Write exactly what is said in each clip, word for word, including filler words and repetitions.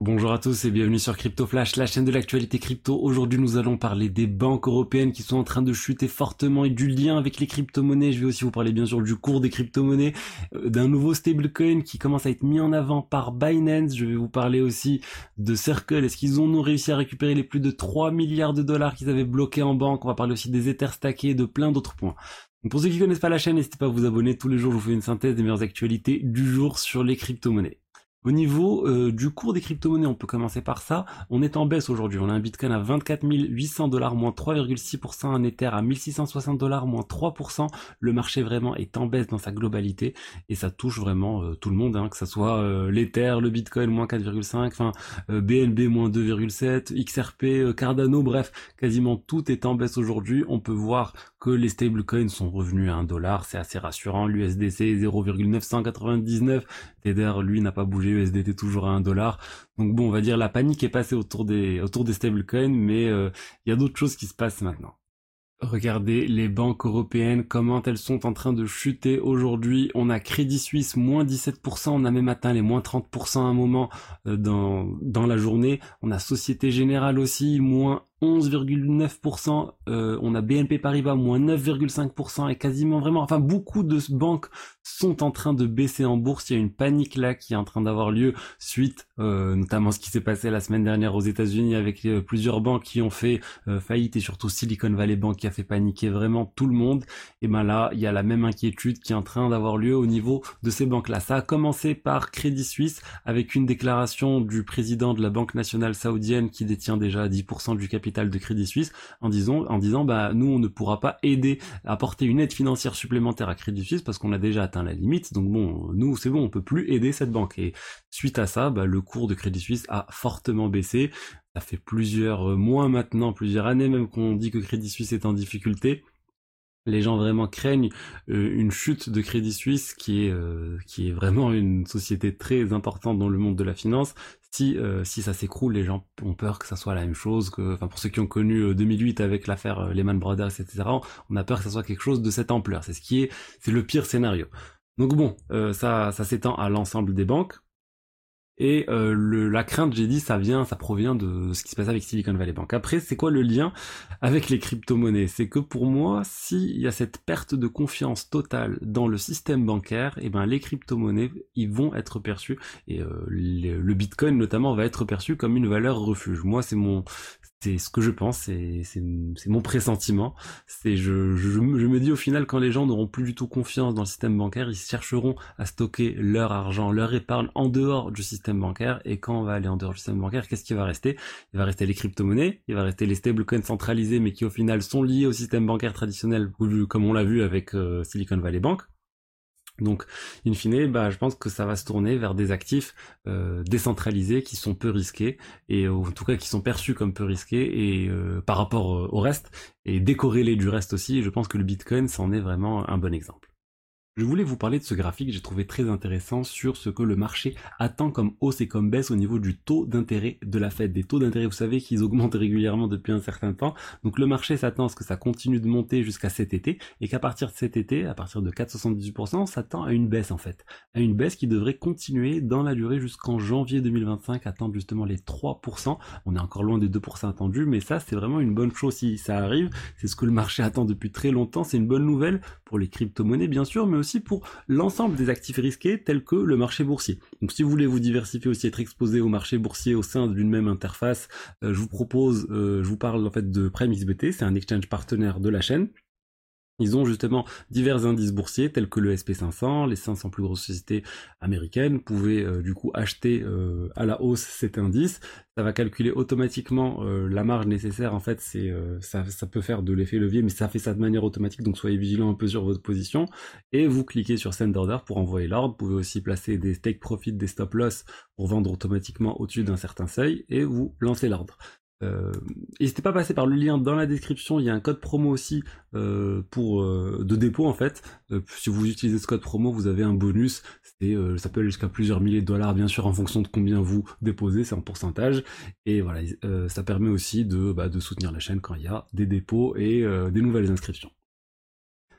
Bonjour à tous et bienvenue sur Crypto Flash, la chaîne de l'actualité crypto. Aujourd'hui, nous allons parler des banques européennes qui sont en train de chuter fortement et du lien avec les crypto-monnaies. Je vais aussi vous parler bien sûr du cours des crypto-monnaies, euh, d'un nouveau stablecoin qui commence à être mis en avant par Binance. Je vais vous parler aussi de Circle. Est-ce qu'ils ont réussi à récupérer les plus de trois milliards de dollars qu'ils avaient bloqués en banque? On va parler aussi des Ethers stackés, de plein d'autres points. Donc pour ceux qui connaissent pas la chaîne, n'hésitez pas à vous abonner. Tous les jours, je vous fais une synthèse des meilleures actualités du jour sur les crypto-monnaies. Au niveau euh, du cours des crypto-monnaies, on peut commencer par ça. On est en baisse aujourd'hui. On a un Bitcoin à vingt-quatre mille huit cents dollars, moins trois virgule six pour cent, un Ether à mille six cent soixante dollars, moins trois pour cent. Le marché vraiment est en baisse dans sa globalité et ça touche vraiment euh, tout le monde, hein, que ça soit euh, l'Ether, le Bitcoin, moins quatre virgule cinq, enfin euh, B N B, moins deux virgule sept, X R P, euh, Cardano, bref, quasiment tout est en baisse aujourd'hui. On peut voir que les stablecoins sont revenus à un dollar, c'est assez rassurant. L'U S D C zéro virgule neuf cent quatre-vingt-dix-neuf, Tether lui n'a pas bougé, U S D T toujours à un dollar. Donc bon, on va dire la panique est passée autour des autour des stablecoins, mais euh, il y a d'autres choses qui se passent maintenant. Regardez les banques européennes, comment elles sont en train de chuter aujourd'hui. On a Crédit Suisse, moins dix-sept pour cent, on a même atteint les moins trente pour cent à un moment euh, dans, dans la journée. On a Société Générale aussi, moins onze virgule neuf pour cent, euh, on a B N P Paribas moins neuf virgule cinq pour cent et quasiment vraiment, enfin beaucoup de banques sont en train de baisser en bourse. Il y a une panique là qui est en train d'avoir lieu suite euh, notamment ce qui s'est passé la semaine dernière aux États-Unis avec euh, plusieurs banques qui ont fait euh, faillite et surtout Silicon Valley Bank qui a fait paniquer vraiment tout le monde. Et ben là, il y a la même inquiétude qui est en train d'avoir lieu au niveau de ces banques-là. Ça a commencé par Crédit Suisse avec une déclaration du président de la Banque nationale saoudienne qui détient déjà dix pour cent du capital de Crédit Suisse en disant, en disant bah nous on ne pourra pas aider à apporter une aide financière supplémentaire à Crédit Suisse parce qu'on a déjà atteint la limite, donc bon nous c'est bon, on peut plus aider cette banque. Et suite à ça, bah, le cours de Crédit Suisse a fortement baissé. Ça fait plusieurs mois maintenant, plusieurs années même qu'on dit que Crédit Suisse est en difficulté. Les gens vraiment craignent euh, une chute de Crédit Suisse qui est euh, qui est vraiment une société très importante dans le monde de la finance. Si euh, si ça s'écroule, les gens ont peur que ça soit la même chose que, enfin pour ceux qui ont connu euh, deux mille huit avec l'affaire euh, Lehman Brothers, et cetera. On a peur que ça soit quelque chose de cette ampleur. C'est ce qui est, c'est le pire scénario. Donc bon, euh, ça ça s'étend à l'ensemble des banques. Et euh, le, la crainte, j'ai dit, ça vient, ça provient de ce qui se passe avec Silicon Valley Bank. Après, c'est quoi le lien avec les crypto-monnaies? C'est que pour moi, s'il y a cette perte de confiance totale dans le système bancaire, et ben les crypto-monnaies, ils vont être perçus, et euh, le, le Bitcoin notamment va être perçu comme une valeur refuge. Moi, c'est mon, c'est ce que je pense, c'est c'est c'est mon pressentiment. C'est je, je je me dis au final, quand les gens n'auront plus du tout confiance dans le système bancaire, ils chercheront à stocker leur argent, leur épargne en dehors du système bancaire. Et quand on va aller en dehors du système bancaire, qu'est-ce qui va rester? Il va rester les crypto-monnaies, il va rester les stablecoins centralisés, mais qui au final sont liés au système bancaire traditionnel, comme on l'a vu avec euh, Silicon Valley Bank. Donc, in fine, bah, je pense que ça va se tourner vers des actifs euh, décentralisés qui sont peu risqués, et en tout cas qui sont perçus comme peu risqués et euh, par rapport euh, au reste, et décorrélés du reste aussi. Et je pense que le Bitcoin, c'en est vraiment un bon exemple. Je voulais vous parler de ce graphique que j'ai trouvé très intéressant sur ce que le marché attend comme hausse et comme baisse au niveau du taux d'intérêt de la Fed. Des taux d'intérêt, vous savez qu'ils augmentent régulièrement depuis un certain temps. Donc le marché s'attend à ce que ça continue de monter jusqu'à cet été et qu'à partir de cet été, à partir de quatre virgule soixante-dix-huit pour cent, on s'attend à une baisse en fait. À une baisse qui devrait continuer dans la durée jusqu'en janvier deux mille vingt-cinq, attendre justement les trois pour cent. On est encore loin des deux pour cent attendus, mais ça c'est vraiment une bonne chose si ça arrive. C'est ce que le marché attend depuis très longtemps. C'est une bonne nouvelle pour les crypto-monnaies bien sûr, mais aussi pour l'ensemble des actifs risqués tels que le marché boursier. Donc si vous voulez vous diversifier aussi, être exposé au marché boursier au sein d'une même interface, euh, je vous propose, euh, je vous parle en fait de PrimeXBT, c'est un exchange partenaire de la chaîne. Ils ont justement divers indices boursiers tels que le S and P cinq cents, les cinq cents plus grosses sociétés américaines. Vous pouvez euh, du coup acheter euh, à la hausse cet indice. Ça va calculer automatiquement euh, la marge nécessaire. En fait, c'est euh, ça, ça peut faire de l'effet levier, mais ça fait ça de manière automatique. Donc soyez vigilant un peu sur votre position et vous cliquez sur Send Order pour envoyer l'ordre. Vous pouvez aussi placer des take profit, des stop loss pour vendre automatiquement au-dessus d'un certain seuil et vous lancez l'ordre. Euh, N'hésitez pas à passer par le lien dans la description, il y a un code promo aussi euh, pour euh, de dépôt en fait. Euh, si vous utilisez ce code promo, vous avez un bonus. C'est, euh, ça peut aller jusqu'à plusieurs milliers de dollars, bien sûr, en fonction de combien vous déposez, c'est en pourcentage. Et voilà, euh, ça permet aussi de, bah, de soutenir la chaîne quand il y a des dépôts et euh, des nouvelles inscriptions.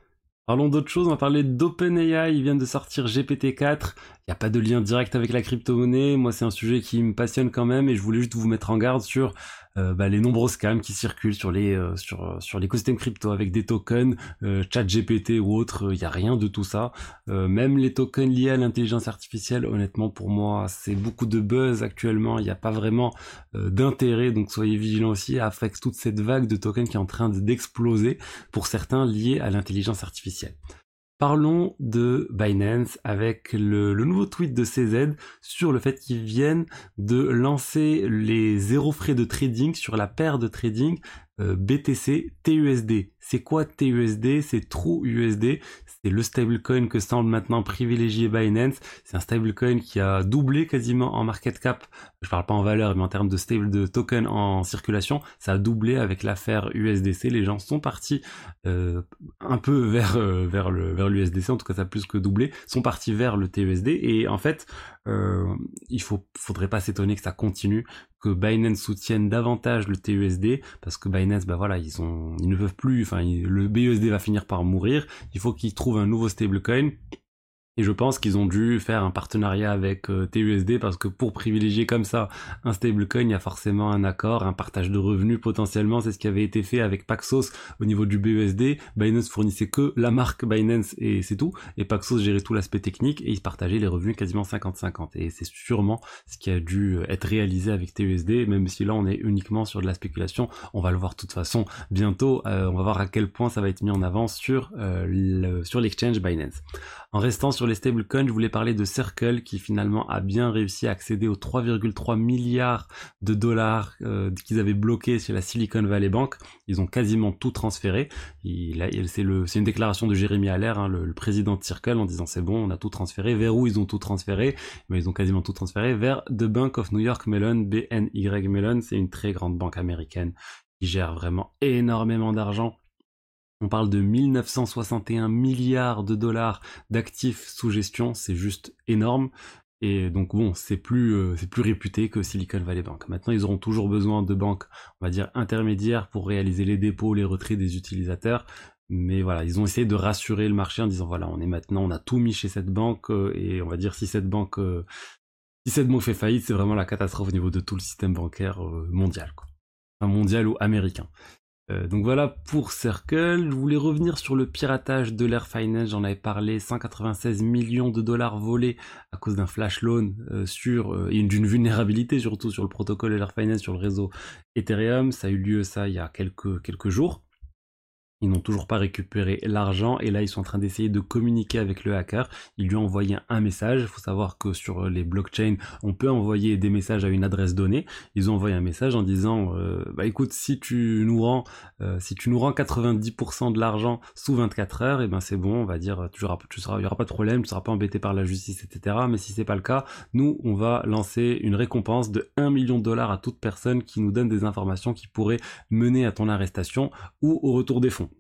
Parlons d'autre chose, on va parler d'OpenAI, ils viennent de sortir G P T quatre, il n'y a pas de lien direct avec la crypto-monnaie, moi c'est un sujet qui me passionne quand même et je voulais juste vous mettre en garde sur euh, bah, les nombreux scams qui circulent sur les euh, sur euh, sur l'écosystème crypto avec des tokens, euh, ChatGPT ou autres, il n'y a rien de tout ça, euh, même les tokens liés à l'intelligence artificielle, honnêtement pour moi c'est beaucoup de buzz actuellement, il n'y a pas vraiment euh, d'intérêt, donc soyez vigilants aussi avec toute cette vague de tokens qui est en train d'exploser, pour certains liés à l'intelligence artificielle. Parlons de Binance avec le, le nouveau tweet de C Z sur le fait qu'ils viennent de lancer les zéro frais de trading sur la paire de trading euh, B T C T U S D. C'est quoi T U S D? C'est True U S D. C'est le stablecoin que semble maintenant privilégier Binance. C'est un stablecoin qui a doublé quasiment en market cap. Je parle pas en valeur, mais en termes de stable de token en circulation, ça a doublé avec l'affaire U S D C. Les gens sont partis euh, un peu vers euh, vers le vers l'U S D C, en tout cas ça a plus que doublé, sont partis vers le T U S D et en fait euh, il faut faudrait pas s'étonner que ça continue, que Binance soutienne davantage le T U S D parce que Binance bah voilà ils ont ils ne peuvent plus, enfin le B U S D va finir par mourir, il faut qu'ils trouvent un nouveau stablecoin. Et je pense qu'ils ont dû faire un partenariat avec euh, T U S D parce que pour privilégier comme ça un stablecoin, il y a forcément un accord, un partage de revenus potentiellement. C'est ce qui avait été fait avec Paxos au niveau du B U S D. Binance fournissait que la marque Binance et c'est tout. Et Paxos gérait tout l'aspect technique et ils se partageaient les revenus quasiment cinquante cinquante. Et c'est sûrement ce qui a dû être réalisé avec T U S D, même si là on est uniquement sur de la spéculation. On va le voir de toute façon bientôt. Euh, on va voir à quel point ça va être mis en avant sur, euh, le, sur l'exchange Binance. En restant sur les stablecoins, je voulais parler de Circle qui finalement a bien réussi à accéder aux trois virgule trois milliards de dollars euh, qu'ils avaient bloqués chez la Silicon Valley Bank. Ils ont quasiment tout transféré. Il, il, c'est, le, c'est une déclaration de Jeremy Allaire, hein, le, le président de Circle, en disant c'est bon, on a tout transféré. Vers où ils ont tout transféré? Mais ils ont quasiment tout transféré vers The Bank of New York Mellon, B N Y Mellon. C'est une très grande banque américaine qui gère vraiment énormément d'argent. On parle de mille neuf cent soixante et un milliards de dollars d'actifs sous gestion, c'est juste énorme. Et donc bon, c'est plus euh, c'est plus réputé que Silicon Valley Bank. Maintenant, ils auront toujours besoin de banques, on va dire intermédiaires pour réaliser les dépôts, les retraits des utilisateurs. Mais voilà, ils ont essayé de rassurer le marché en disant voilà, on est maintenant, on a tout mis chez cette banque euh, et on va dire si cette banque euh, si cette banque fait faillite, c'est vraiment la catastrophe au niveau de tout le système bancaire euh, mondial, quoi. Enfin, mondial ou américain. Euh, donc voilà pour Circle. Je voulais revenir sur le piratage de l'Air Finance, j'en avais parlé, cent quatre-vingt-seize millions de dollars volés à cause d'un flash loan euh, sur euh, et d'une vulnérabilité surtout sur le protocole Air Finance sur le réseau Ethereum. Ça a eu lieu ça il y a quelques quelques jours. Ils n'ont toujours pas récupéré l'argent et là ils sont en train d'essayer de communiquer avec le hacker. Ils lui ont envoyé un message. Il faut savoir que sur les blockchains, on peut envoyer des messages à une adresse donnée. Ils ont envoyé un message en disant euh, bah écoute, si tu nous rends euh, si tu nous rends quatre-vingt-dix pour cent de l'argent sous vingt-quatre heures, et eh ben c'est bon, on va dire tu auras, tu seras, il y aura pas de problème, tu seras pas embêté par la justice, et cetera. Mais si c'est pas le cas, nous on va lancer une récompense de un million de dollars à toute personne qui nous donne des informations qui pourraient mener à ton arrestation ou au retour des fonds.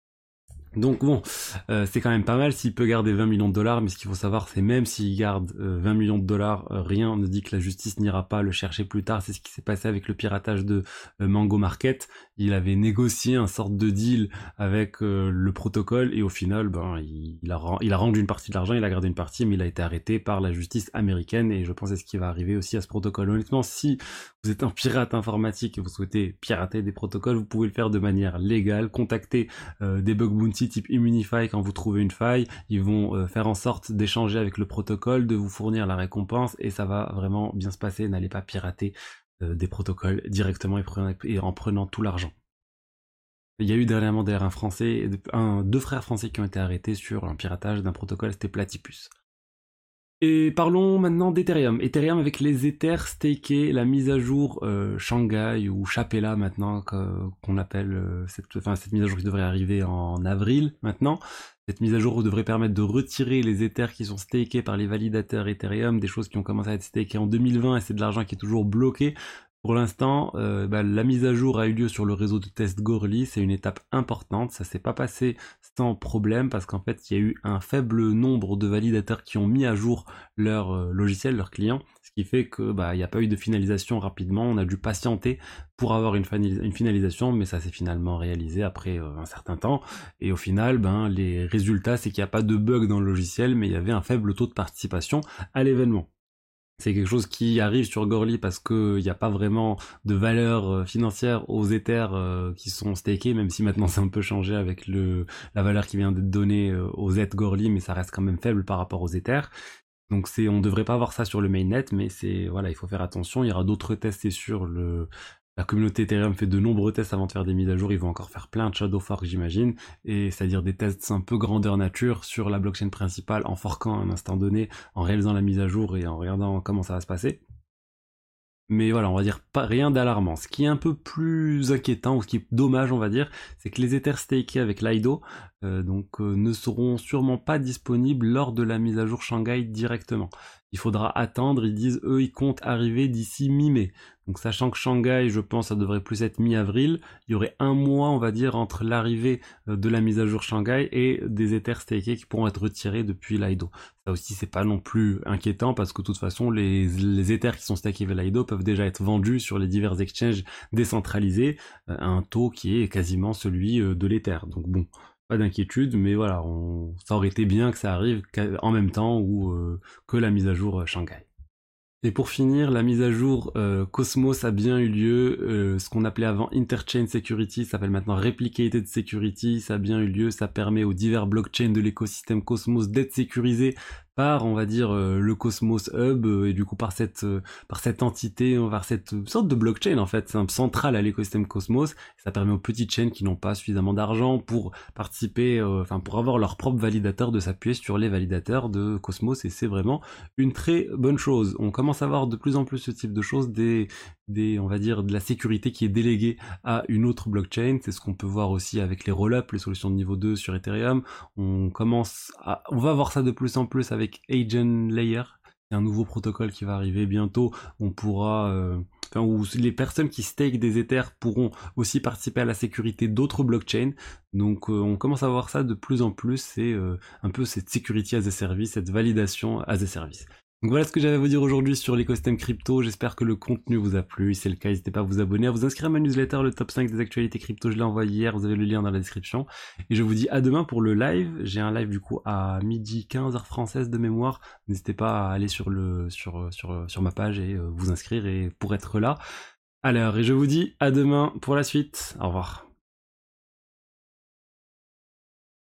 Donc bon, euh, c'est quand même pas mal s'il peut garder vingt millions de dollars, mais ce qu'il faut savoir, c'est même s'il garde euh, vingt millions de dollars, euh, rien ne dit que la justice n'ira pas le chercher plus tard. C'est ce qui s'est passé avec le piratage de euh, Mango Market. Il avait négocié un sorte de deal avec euh, le protocole et au final, ben, il, il, a, il a rendu une partie de l'argent, il a gardé une partie, mais il a été arrêté par la justice américaine et je pense que c'est ce qui va arriver aussi à ce protocole. Honnêtement, si vous êtes un pirate informatique et vous souhaitez pirater des protocoles, vous pouvez le faire de manière légale, contacter euh, des bug bounty type Immunify quand vous trouvez une faille, ils vont euh, faire en sorte d'échanger avec le protocole, de vous fournir la récompense et ça va vraiment bien se passer. N'allez pas pirater euh, des protocoles directement et, prenant, et en prenant tout l'argent. Il y a eu dernièrement d'ailleurs un français, un, deux frères français qui ont été arrêtés sur un piratage d'un protocole, c'était Platypus. Et parlons maintenant d'Ethereum. Ethereum avec les Ethers stakés, la mise à jour euh, Shanghai ou Chapella maintenant qu'on appelle euh, cette, enfin, cette mise à jour qui devrait arriver en avril maintenant. Cette mise à jour devrait permettre de retirer les Ethers qui sont stakés par les validateurs Ethereum, des choses qui ont commencé à être stakées en deux mille vingt et c'est de l'argent qui est toujours bloqué. Pour l'instant, euh, bah, la mise à jour a eu lieu sur le réseau de test Goerli, c'est une étape importante, ça s'est pas passé sans problème parce qu'en fait il y a eu un faible nombre de validateurs qui ont mis à jour leur euh, logiciel, leurs clients, ce qui fait que bah il n'y a pas eu de finalisation rapidement, on a dû patienter pour avoir une, une finalisation, mais ça s'est finalement réalisé après euh, un certain temps, et au final ben les résultats c'est qu'il n'y a pas de bug dans le logiciel, mais il y avait un faible taux de participation à l'événement. C'est quelque chose qui arrive sur Goerli parce qu'il n'y a pas vraiment de valeur financière aux Ethers euh, qui sont stakés, même si maintenant c'est un peu changé avec le, la valeur qui vient d'être donnée aux E T H Goerli, mais ça reste quand même faible par rapport aux Ethers. Donc c'est, on devrait pas avoir ça sur le mainnet, mais c'est, voilà, il faut faire attention. Il y aura d'autres tests, c'est sûr. Le, la communauté Ethereum fait de nombreux tests avant de faire des mises à jour. Ils vont encore faire plein de shadow fork, j'imagine. Et c'est-à-dire des tests un peu grandeur nature sur la blockchain principale en forkant à un instant donné, en réalisant la mise à jour et en regardant comment ça va se passer. Mais voilà, on va dire pas rien d'alarmant. Ce qui est un peu plus inquiétant, ou ce qui est dommage, on va dire, c'est que les Ethers stakés avec l'Ido euh, donc, euh, ne seront sûrement pas disponibles lors de la mise à jour Shanghai directement. Il faudra attendre, ils disent, eux, ils comptent arriver d'ici mi-mai. Donc sachant que Shanghai, je pense, ça devrait plus être mi-avril, il y aurait un mois, on va dire, entre l'arrivée de la mise à jour Shanghai et des Ethers stakés qui pourront être retirés depuis l'Ido. Ça aussi, c'est pas non plus inquiétant parce que de toute façon, les, les Ethers qui sont stakés avec l'Ido peuvent déjà être vendus sur les divers exchanges décentralisés à un taux qui est quasiment celui de l'Ether. Donc bon, pas d'inquiétude, mais voilà, on, ça aurait été bien que ça arrive en même temps ou euh, que la mise à jour Shanghai. Et pour finir, la mise à jour euh, Cosmos a bien eu lieu, euh, ce qu'on appelait avant Interchain Security s'appelle maintenant Replicated Security, ça a bien eu lieu, ça permet aux divers blockchains de l'écosystème Cosmos d'être sécurisés par, on va dire, euh, le Cosmos Hub, euh, et du coup par cette, euh, par cette entité, par cette sorte de blockchain en fait, c'est un central à l'écosystème Cosmos, ça permet aux petites chaînes qui n'ont pas suffisamment d'argent pour participer, enfin euh, pour avoir leur propre validateur de s'appuyer sur les validateurs de Cosmos, et c'est vraiment une très bonne chose. On commence à voir de plus en plus ce type de choses, des, des, on va dire, de la sécurité qui est déléguée à une autre blockchain, c'est ce qu'on peut voir aussi avec les roll-up, les solutions de niveau deux sur Ethereum, on commence à, on va voir ça de plus en plus avec Agent Layer, c'est un nouveau protocole qui va arriver bientôt, on pourra, euh, enfin, où les personnes qui stake des Ethers pourront aussi participer à la sécurité d'autres blockchains, donc euh, on commence à voir ça de plus en plus, c'est euh, un peu cette security as a service, cette validation as a service. Donc voilà ce que j'avais à vous dire aujourd'hui sur l'écosystème crypto, j'espère que le contenu vous a plu, si c'est le cas n'hésitez pas à vous abonner, à vous inscrire à ma newsletter, le top cinq des actualités crypto, je l'ai envoyé hier, vous avez le lien dans la description, et je vous dis à demain pour le live, j'ai un live du coup à midi quinze heure française de mémoire, n'hésitez pas à aller sur, le, sur, sur, sur ma page et vous inscrire et pour être là. Alors, et je vous dis à demain pour la suite, au revoir.